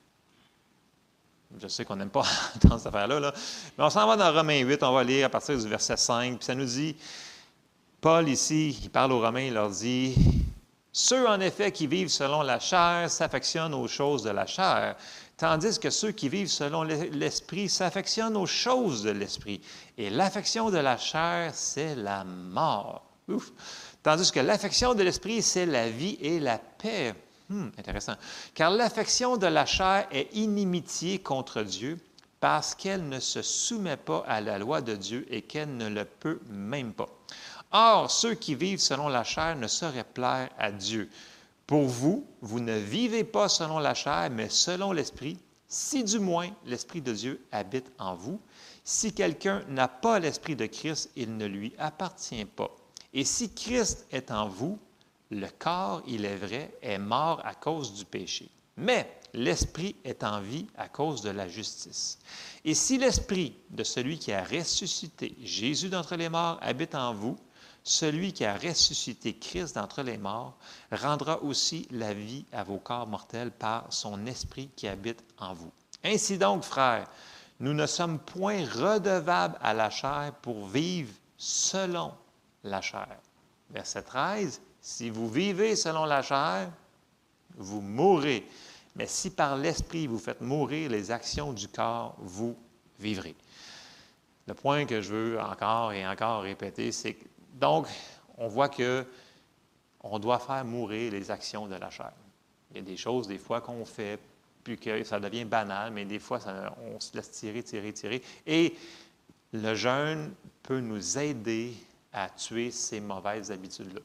Je sais qu'on n'aime pas entendre cette affaire-là, là. Mais on s'en va dans Romains 8, on va lire à partir du verset 5, puis ça nous dit, Paul ici, il parle aux Romains, il leur dit, « Ceux, en effet, qui vivent selon la chair s'affectionnent aux choses de la chair, tandis que ceux qui vivent selon l'esprit s'affectionnent aux choses de l'esprit. Et l'affection de la chair, c'est la mort. Ouf. Tandis que l'affection de l'esprit, c'est la vie et la paix. Intéressant. Car l'affection de la chair est inimitié contre Dieu parce qu'elle ne se soumet pas à la loi de Dieu et qu'elle ne le peut même pas. Or, ceux qui vivent selon la chair ne sauraient plaire à Dieu. Pour vous, vous ne vivez pas selon la chair, mais selon l'Esprit, si du moins l'Esprit de Dieu habite en vous. Si quelqu'un n'a pas l'Esprit de Christ, il ne lui appartient pas. Et si Christ est en vous, le corps, il est vrai, est mort à cause du péché. Mais l'Esprit est en vie à cause de la justice. Et si l'Esprit de celui qui a ressuscité Jésus d'entre les morts habite en vous, celui qui a ressuscité Christ d'entre les morts rendra aussi la vie à vos corps mortels par son Esprit qui habite en vous. Ainsi donc, frères, nous ne sommes point redevables à la chair pour vivre selon la chair. Verset 13, « Si vous vivez selon la chair, vous mourrez. Mais si par l'Esprit vous faites mourir les actions du corps, vous vivrez. » Le point que je veux encore et encore répéter, c'est que donc, on voit qu'on doit faire mourir les actions de la chair. Il y a des choses, des fois, qu'on fait, puis que ça devient banal, mais des fois, on se laisse tirer. Et le jeûne peut nous aider à tuer ces mauvaises habitudes-là.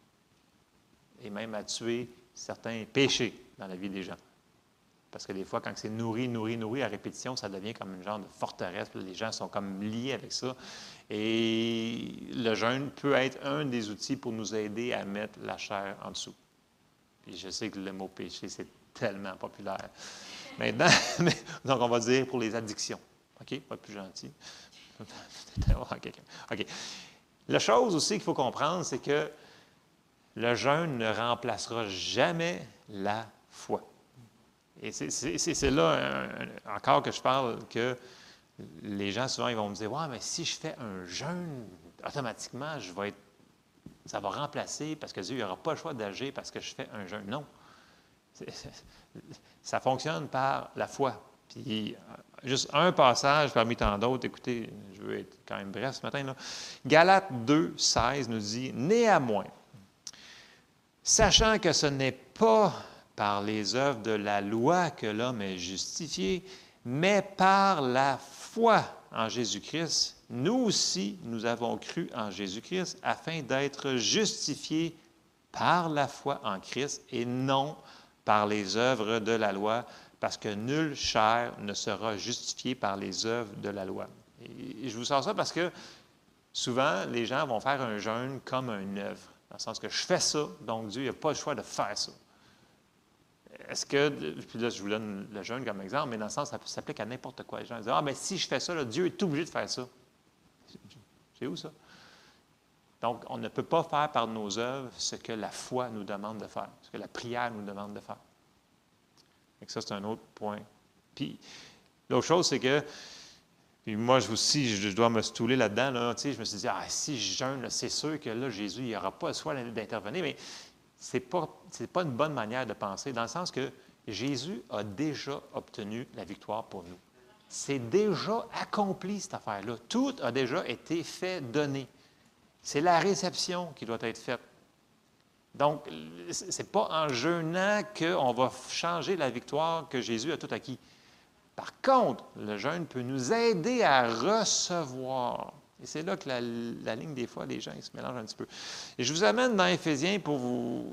Et même à tuer certains péchés dans la vie des gens. Parce que des fois, quand c'est nourri à répétition, ça devient comme une genre de forteresse. Les gens sont comme liés avec ça. Et le jeûne peut être un des outils pour nous aider à mettre la chair en dessous. Puis je sais que le mot péché, c'est tellement populaire. Maintenant, donc on va dire pour les addictions. OK? Pas plus gentil. OK. La chose aussi qu'il faut comprendre, c'est que le jeûne ne remplacera jamais la foi. Et c'est là encore que je parle que les gens, souvent, ils vont me dire « Ouais, mais si je fais un jeûne, automatiquement, ça va remplacer parce que Dieu n'aura pas le choix d'agir parce que je fais un jeûne. » Non. Ça fonctionne par la foi. Puis, juste un passage parmi tant d'autres. Écoutez, je veux être quand même bref ce matin, là. Galates 2, 16 nous dit « Néanmoins, sachant que ce n'est pas par les œuvres de la loi que l'homme est justifié, mais par la foi en Jésus-Christ, nous aussi, nous avons cru en Jésus-Christ afin d'être justifiés par la foi en Christ et non par les œuvres de la loi, parce que nulle chair ne sera justifiée par les œuvres de la loi. Et je vous sors ça parce que souvent, les gens vont faire un jeûne comme une œuvre, dans le sens que je fais ça, donc Dieu n'a pas le choix de faire ça. Est-ce que, puis là, je vous donne le jeûne comme exemple, mais dans le sens, ça s'applique à n'importe quoi. Les gens disent, ah, mais si je fais ça, là, Dieu est obligé de faire ça. C'est où ça? Donc, on ne peut pas faire par nos œuvres ce que la foi nous demande de faire, ce que la prière nous demande de faire. Et ça, c'est un autre point. Puis, l'autre chose, c'est que, puis moi aussi, je dois me stouler là-dedans. Là, tu sais, je me suis dit, ah, si je jeûne, là, c'est sûr que là, Jésus, il n'aura pas le choix d'intervenir. Mais ce n'est pas une bonne manière de penser, dans le sens que Jésus a déjà obtenu la victoire pour nous. C'est déjà accompli, cette affaire-là. Tout a déjà été fait, donné. C'est la réception qui doit être faite. Donc, ce n'est pas en jeûnant qu'on va changer la victoire que Jésus a tout acquis. Par contre, le jeûne peut nous aider à recevoir. Et c'est là que la ligne, des fois, les gens ils se mélangent un petit peu. Et je vous amène dans Éphésiens pour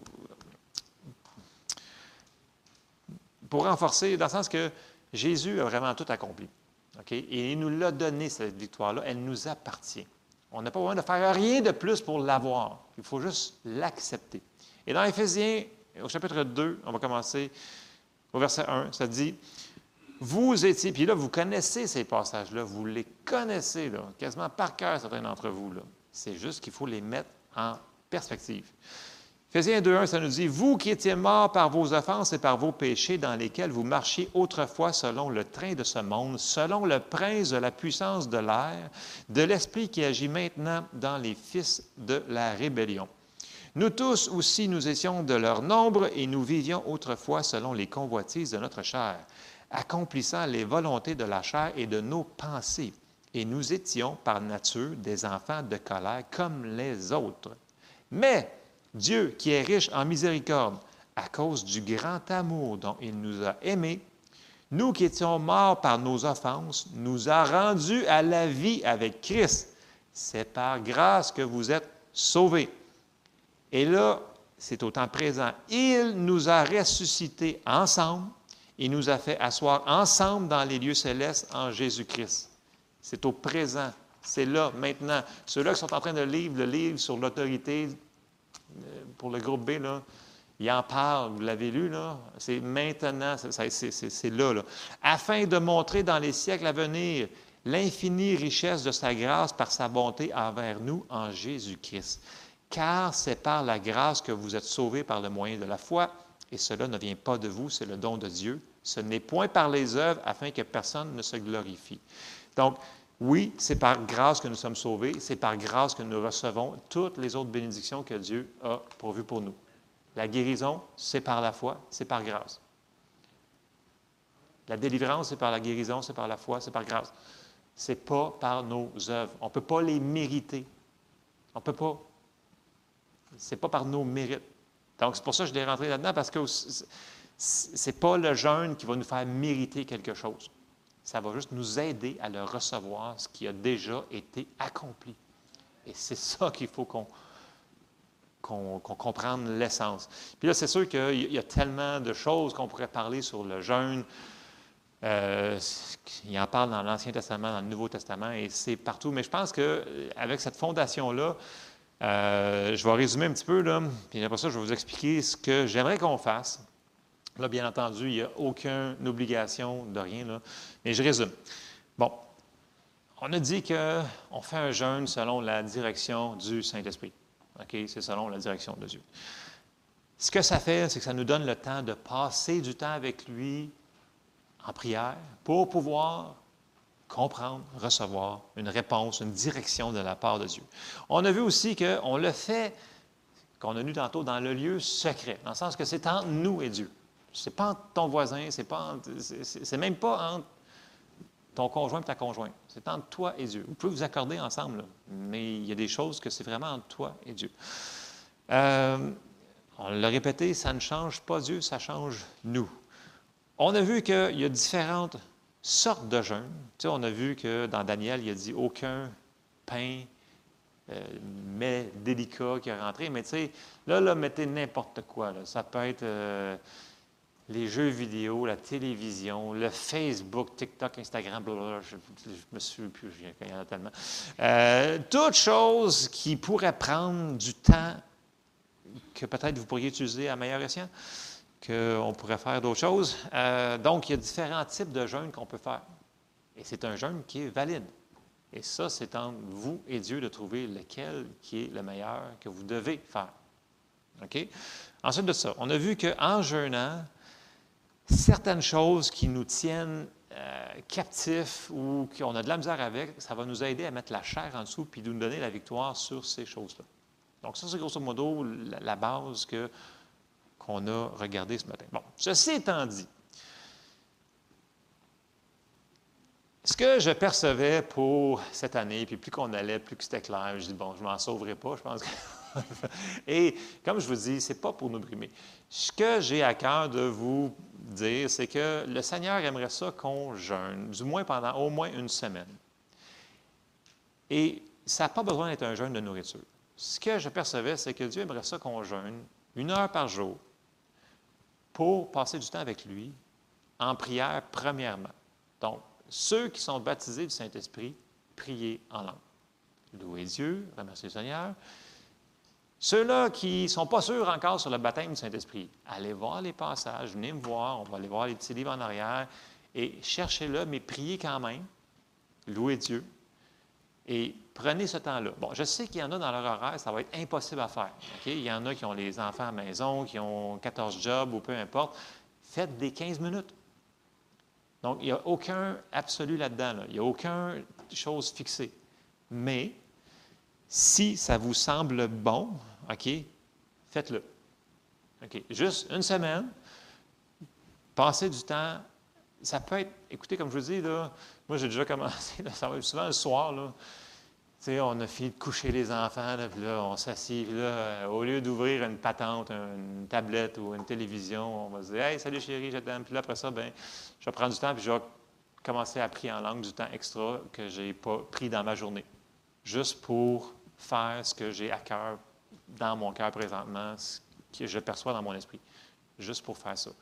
renforcer, dans le sens que Jésus a vraiment tout accompli. Okay? Et il nous l'a donné, cette victoire-là. Elle nous appartient. On n'a pas besoin de faire rien de plus pour l'avoir. Il faut juste l'accepter. Et dans Éphésiens, au chapitre 2, on va commencer au verset 1, ça dit, « Vous étiez... » Puis là, vous connaissez ces passages-là, vous les connaissez, là, quasiment par cœur, certains d'entre vous. Là. C'est juste qu'il faut les mettre en perspective. Éphésiens 2.1, ça nous dit, « Vous qui étiez morts par vos offenses et par vos péchés, dans lesquels vous marchiez autrefois selon le train de ce monde, selon le prince de la puissance de l'air, de l'esprit qui agit maintenant dans les fils de la rébellion. Nous tous aussi, nous étions de leur nombre et nous vivions autrefois selon les convoitises de notre chair, accomplissant les volontés de la chair et de nos pensées. Et nous étions par nature des enfants de colère comme les autres. Mais Dieu, qui est riche en miséricorde, à cause du grand amour dont il nous a aimés, nous qui étions morts par nos offenses, nous a rendus à la vie avec Christ. C'est par grâce que vous êtes sauvés. Et là, c'est au temps présent. Il nous a ressuscités ensemble. Il nous a fait asseoir ensemble dans les lieux célestes en Jésus-Christ. C'est au présent. C'est là, maintenant. Ceux-là qui sont en train de lire le livre sur l'autorité pour le groupe B, là, il en parle, vous l'avez lu, là. C'est maintenant, c'est là, là. Afin de montrer dans les siècles à venir l'infinie richesse de sa grâce par sa bonté envers nous en Jésus-Christ. Car c'est par la grâce que vous êtes sauvés par le moyen de la foi, et cela ne vient pas de vous, c'est le don de Dieu. Ce n'est point par les œuvres, afin que personne ne se glorifie. Donc, oui, c'est par grâce que nous sommes sauvés, c'est par grâce que nous recevons toutes les autres bénédictions que Dieu a pourvues pour nous. La guérison, c'est par la foi, c'est par grâce. La délivrance, c'est par la guérison, c'est par la foi, c'est par grâce. Ce n'est pas par nos œuvres. On ne peut pas les mériter. On ne peut pas. Ce n'est pas par nos mérites. Donc, c'est pour ça que je l'ai rentré là-dedans, parce que ce n'est pas le jeûne qui va nous faire mériter quelque chose. Ça va juste nous aider à le recevoir, ce qui a déjà été accompli. Et c'est ça qu'il faut qu'on comprenne l'essence. Puis là, c'est sûr qu'il y a tellement de choses qu'on pourrait parler sur le jeûne. Il en parle dans l'Ancien Testament, dans le Nouveau Testament, et c'est partout. Mais je pense qu'avec cette fondation-là, je vais résumer un petit peu, là, puis après ça, je vais vous expliquer ce que j'aimerais qu'on fasse. Là, bien entendu, il n'y a aucune obligation de rien, là, mais je résume. Bon, on a dit qu'on fait un jeûne selon la direction du Saint-Esprit. OK? C'est selon la direction de Dieu. Ce que ça fait, c'est que ça nous donne le temps de passer du temps avec lui en prière pour pouvoir comprendre, recevoir une réponse, une direction de la part de Dieu. On a vu aussi qu'on le fait, qu'on a lu tantôt, dans le lieu secret, dans le sens que c'est entre nous et Dieu. Ce n'est pas entre ton voisin, c'est même pas entre ton conjoint et ta conjointe. C'est entre toi et Dieu. Vous pouvez vous accorder ensemble, là, mais il y a des choses que c'est vraiment entre toi et Dieu. On l'a répété, ça ne change pas Dieu, ça change nous. On a vu qu'il y a différentes sortes de jeûnes. Tu sais, on a vu que dans Daniel, il a dit « aucun pain, mais délicat qui est rentré ». Mais tu sais, là, mettez n'importe quoi. Là. Ça peut être les jeux vidéo, la télévision, le Facebook, TikTok, Instagram, blablabla, je me souviens plus, il y en a tellement. Toutes choses qui pourraient prendre du temps que peut-être vous pourriez utiliser à meilleur escient, qu'on pourrait faire d'autres choses. Donc, il y a différents types de jeûnes qu'on peut faire. Et c'est un jeûne qui est valide. Et ça, c'est entre vous et Dieu de trouver lequel qui est le meilleur que vous devez faire. OK? Ensuite de ça, on a vu qu'en jeûnant, certaines choses qui nous tiennent captifs ou qu'on a de la misère avec, ça va nous aider à mettre la chair en dessous puis nous donner la victoire sur ces choses-là. Donc, ça, c'est grosso modo la base qu'on a regardée ce matin. Bon, ceci étant dit, ce que je percevais pour cette année, puis plus qu'on allait, plus que c'était clair, je dis, bon, je ne m'en sauverai pas, je pense que... Et comme je vous dis, ce n'est pas pour nous brimer. Ce que j'ai à cœur de vous dire, c'est que le Seigneur aimerait ça qu'on jeûne, du moins pendant au moins une semaine. Et ça n'a pas besoin d'être un jeûne de nourriture. Ce que je percevais, c'est que Dieu aimerait ça qu'on jeûne 1 heure par jour pour passer du temps avec lui en prière premièrement. Donc, ceux qui sont baptisés du Saint-Esprit, priez en langue. Louez Dieu, remerciez le Seigneur. Ceux-là qui ne sont pas sûrs encore sur le baptême du Saint-Esprit, allez voir les passages, venez me voir, on va aller voir les petits livres en arrière et cherchez-le, mais priez quand même. Louez Dieu. Et prenez ce temps-là. Bon, je sais qu'il y en a dans leur horaire, ça va être impossible à faire. Okay? Il y en a qui ont les enfants à la maison, qui ont 14 jobs ou peu importe. Faites des 15 minutes. Donc, il n'y a aucun absolu là-dedans. Là. Il n'y a aucune chose fixée. Mais, si ça vous semble bon, OK, faites-le. OK, juste une semaine, passez du temps. Ça peut être, écoutez, comme je vous dis, là, moi, j'ai déjà commencé, là, ça va être souvent le soir, là. Tu sais, on a fini de coucher les enfants, là, puis là, on s'assied, puis là, au lieu d'ouvrir une patente, une tablette ou une télévision, on va se dire « Hey, salut chérie, je t'aime », puis là, après ça, bien, je vais prendre du temps, puis je vais commencer à prier en langue du temps extra que je n'ai pas pris dans ma journée, juste pour faire ce que j'ai à cœur, dans mon cœur présentement, ce que je perçois dans mon esprit, juste pour faire ça.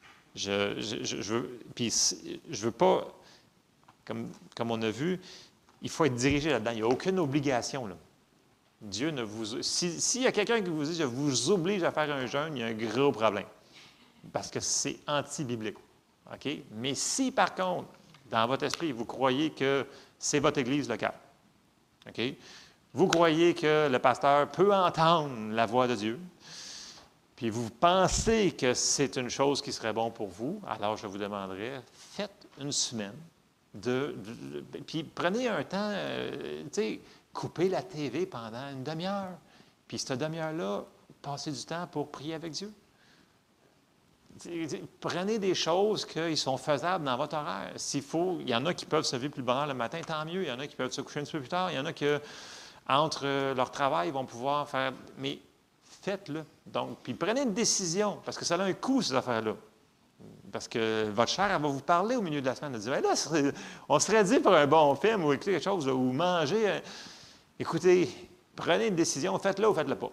Je veux pas, comme on a vu, il faut être dirigé là-dedans. Il n'y a aucune obligation. Là. Dieu ne vous... S'il y a quelqu'un qui vous dit « je vous oblige à faire un jeûne », il y a un gros problème. Parce que c'est anti-biblique. OK? Mais si, par contre, dans votre esprit, vous croyez que c'est votre Église locale, OK? Vous croyez que le pasteur peut entendre la voix de Dieu, puis vous pensez que c'est une chose qui serait bon pour vous, alors je vous demanderais, faites une semaine, puis prenez un temps, tu sais, coupez la TV pendant une demi-heure, puis cette demi-heure-là, passez du temps pour prier avec Dieu. Prenez des choses qui sont faisables dans votre horaire. S'il faut, il y en a qui peuvent se lever plus bonheur le matin, tant mieux. Il y en a qui peuvent se coucher un petit peu plus tard. Il y en a qui, entre leur travail, vont pouvoir faire... Mais faites-le. Donc, puis prenez une décision, parce que ça a un coût, ces affaires-là. Parce que votre chair, elle va vous parler au milieu de la semaine. Elle dit, là, on serait dit pour un bon film ou écouter quelque chose, là, ou manger. Écoutez, prenez une décision, faites-le ou faites-le pas.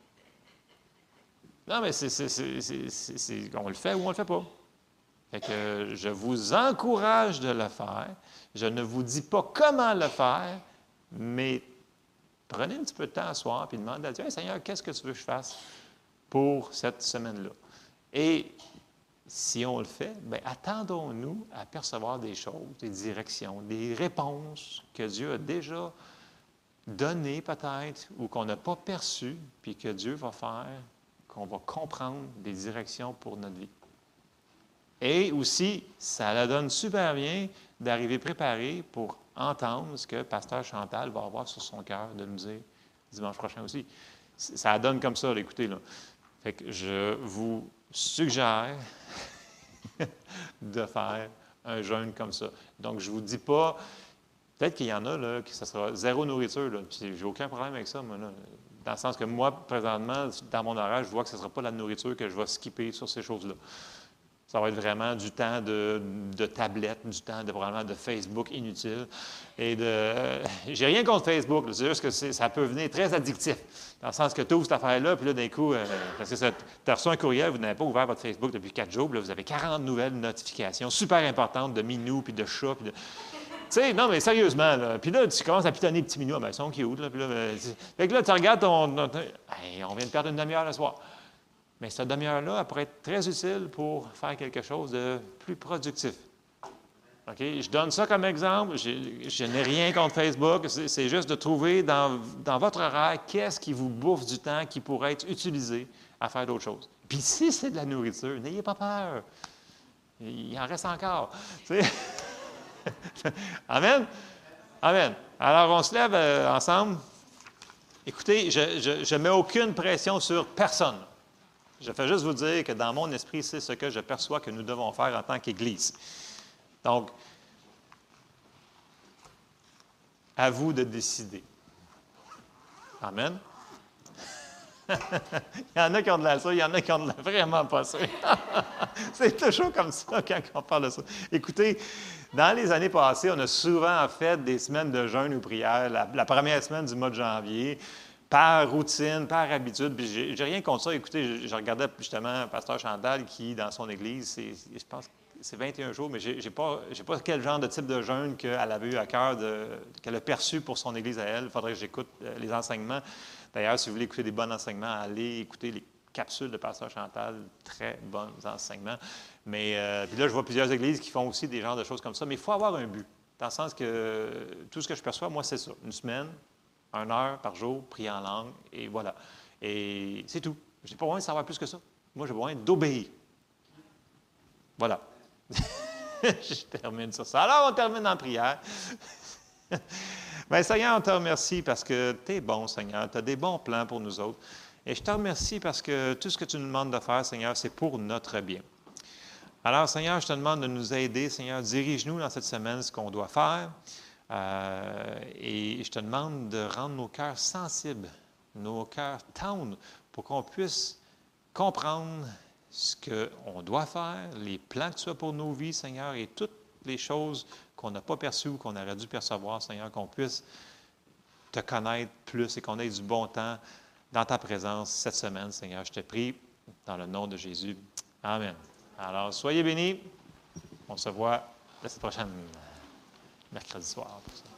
Non, mais on le fait ou on ne le fait pas. Fait que je vous encourage de le faire. Je ne vous dis pas comment le faire, mais prenez un petit peu de temps à soir et demandez à Dieu, « Hey, Seigneur, qu'est-ce que tu veux que je fasse pour cette semaine-là? » Et si on le fait, bien, attendons-nous à percevoir des choses, des directions, des réponses que Dieu a déjà données peut-être ou qu'on n'a pas perçues, puis que Dieu va faire, qu'on va comprendre des directions pour notre vie. Et aussi, ça la donne super bien d'arriver préparé pour entendre ce que Pasteur Chantal va avoir sur son cœur de nous dire dimanche prochain aussi. Ça donne comme ça, là, écoutez. Là. Fait que je vous suggère de faire un jeûne comme ça. Donc, je ne vous dis pas, peut-être qu'il y en a, là, que ça sera zéro nourriture, là, puis j'ai aucun problème avec ça, moi, là. Dans le sens que moi, présentement, dans mon horaire, je vois que ce ne sera pas la nourriture que je vais skipper sur ces choses-là. Ça va être vraiment du temps de tablette, du temps probablement de Facebook inutile. Et j'ai rien contre Facebook, c'est juste que ça peut venir très addictif. Dans le sens que tu ouvres cette affaire-là, puis là, d'un coup, parce que tu as reçu un courriel, vous n'avez pas ouvert votre Facebook depuis 4 jours, puis là, vous avez 40 nouvelles notifications super importantes de minous, puis de chats, puis de... Tu sais, non, mais sérieusement, là. Puis là, tu commences à pitonner les petits minous. Ah, ben, ils sont cute, là. Puis là, fait que là, tu regardes hey, on vient de perdre une demi-heure le soir. Mais cette demi-heure-là, elle pourrait être très utile pour faire quelque chose de plus productif. OK? Je donne ça comme exemple. Je n'ai rien contre Facebook. C'est juste de trouver dans votre horaire qu'est-ce qui vous bouffe du temps qui pourrait être utilisé à faire d'autres choses. Puis si c'est de la nourriture, n'ayez pas peur. Il en reste encore. Amen? Amen. Alors, on se lève ensemble. Écoutez, je ne mets aucune pression sur personne. Je fais juste vous dire que dans mon esprit, c'est ce que je perçois que nous devons faire en tant qu'Église. Donc, à vous de décider. Amen. Il y en a qui ont de la ça, il y en a qui ont de la vraiment pas ça. C'est toujours comme ça quand on parle de ça. Écoutez, dans les années passées, on a souvent fait des semaines de jeûne ou prière, la première semaine du mois de janvier, par routine, par habitude. Puis j'ai rien contre ça. Écoutez, je regardais justement Pasteur Chantal qui, dans son église, je pense que c'est 21 jours, mais je n'ai pas quel genre de type de jeûne qu'elle avait eu à cœur, qu'elle a perçu pour son église à elle. Il faudrait que j'écoute les enseignements. D'ailleurs, si vous voulez écouter des bons enseignements, allez écouter les capsules de Pasteur Chantal. Très bons enseignements. Mais puis là, je vois plusieurs églises qui font aussi des genres de choses comme ça. Mais il faut avoir un but. Dans le sens que tout ce que je perçois, moi, c'est ça. Une semaine, 1 heure par jour, prier en langue, et voilà. Et c'est tout. Je n'ai pas besoin de savoir plus que ça. Moi, j'ai besoin d'obéir. Voilà. Je termine sur ça. Alors, on termine en prière. Bien, Seigneur, on te remercie parce que tu es bon, Seigneur. Tu as des bons plans pour nous autres. Et je te remercie parce que tout ce que tu nous demandes de faire, Seigneur, c'est pour notre bien. Alors, Seigneur, je te demande de nous aider, Seigneur. Dirige-nous dans cette semaine ce qu'on doit faire. Et je te demande de rendre nos cœurs sensibles, nos cœurs tendres, pour qu'on puisse comprendre ce qu'on doit faire, les plans que tu as pour nos vies, Seigneur, et toutes les choses qu'on n'a pas perçues ou qu'on aurait dû percevoir, Seigneur, qu'on puisse te connaître plus et qu'on ait du bon temps dans ta présence cette semaine, Seigneur. Je te prie dans le nom de Jésus. Amen. Alors, soyez bénis. On se voit la semaine prochaine, mercredi soir. Pour ça.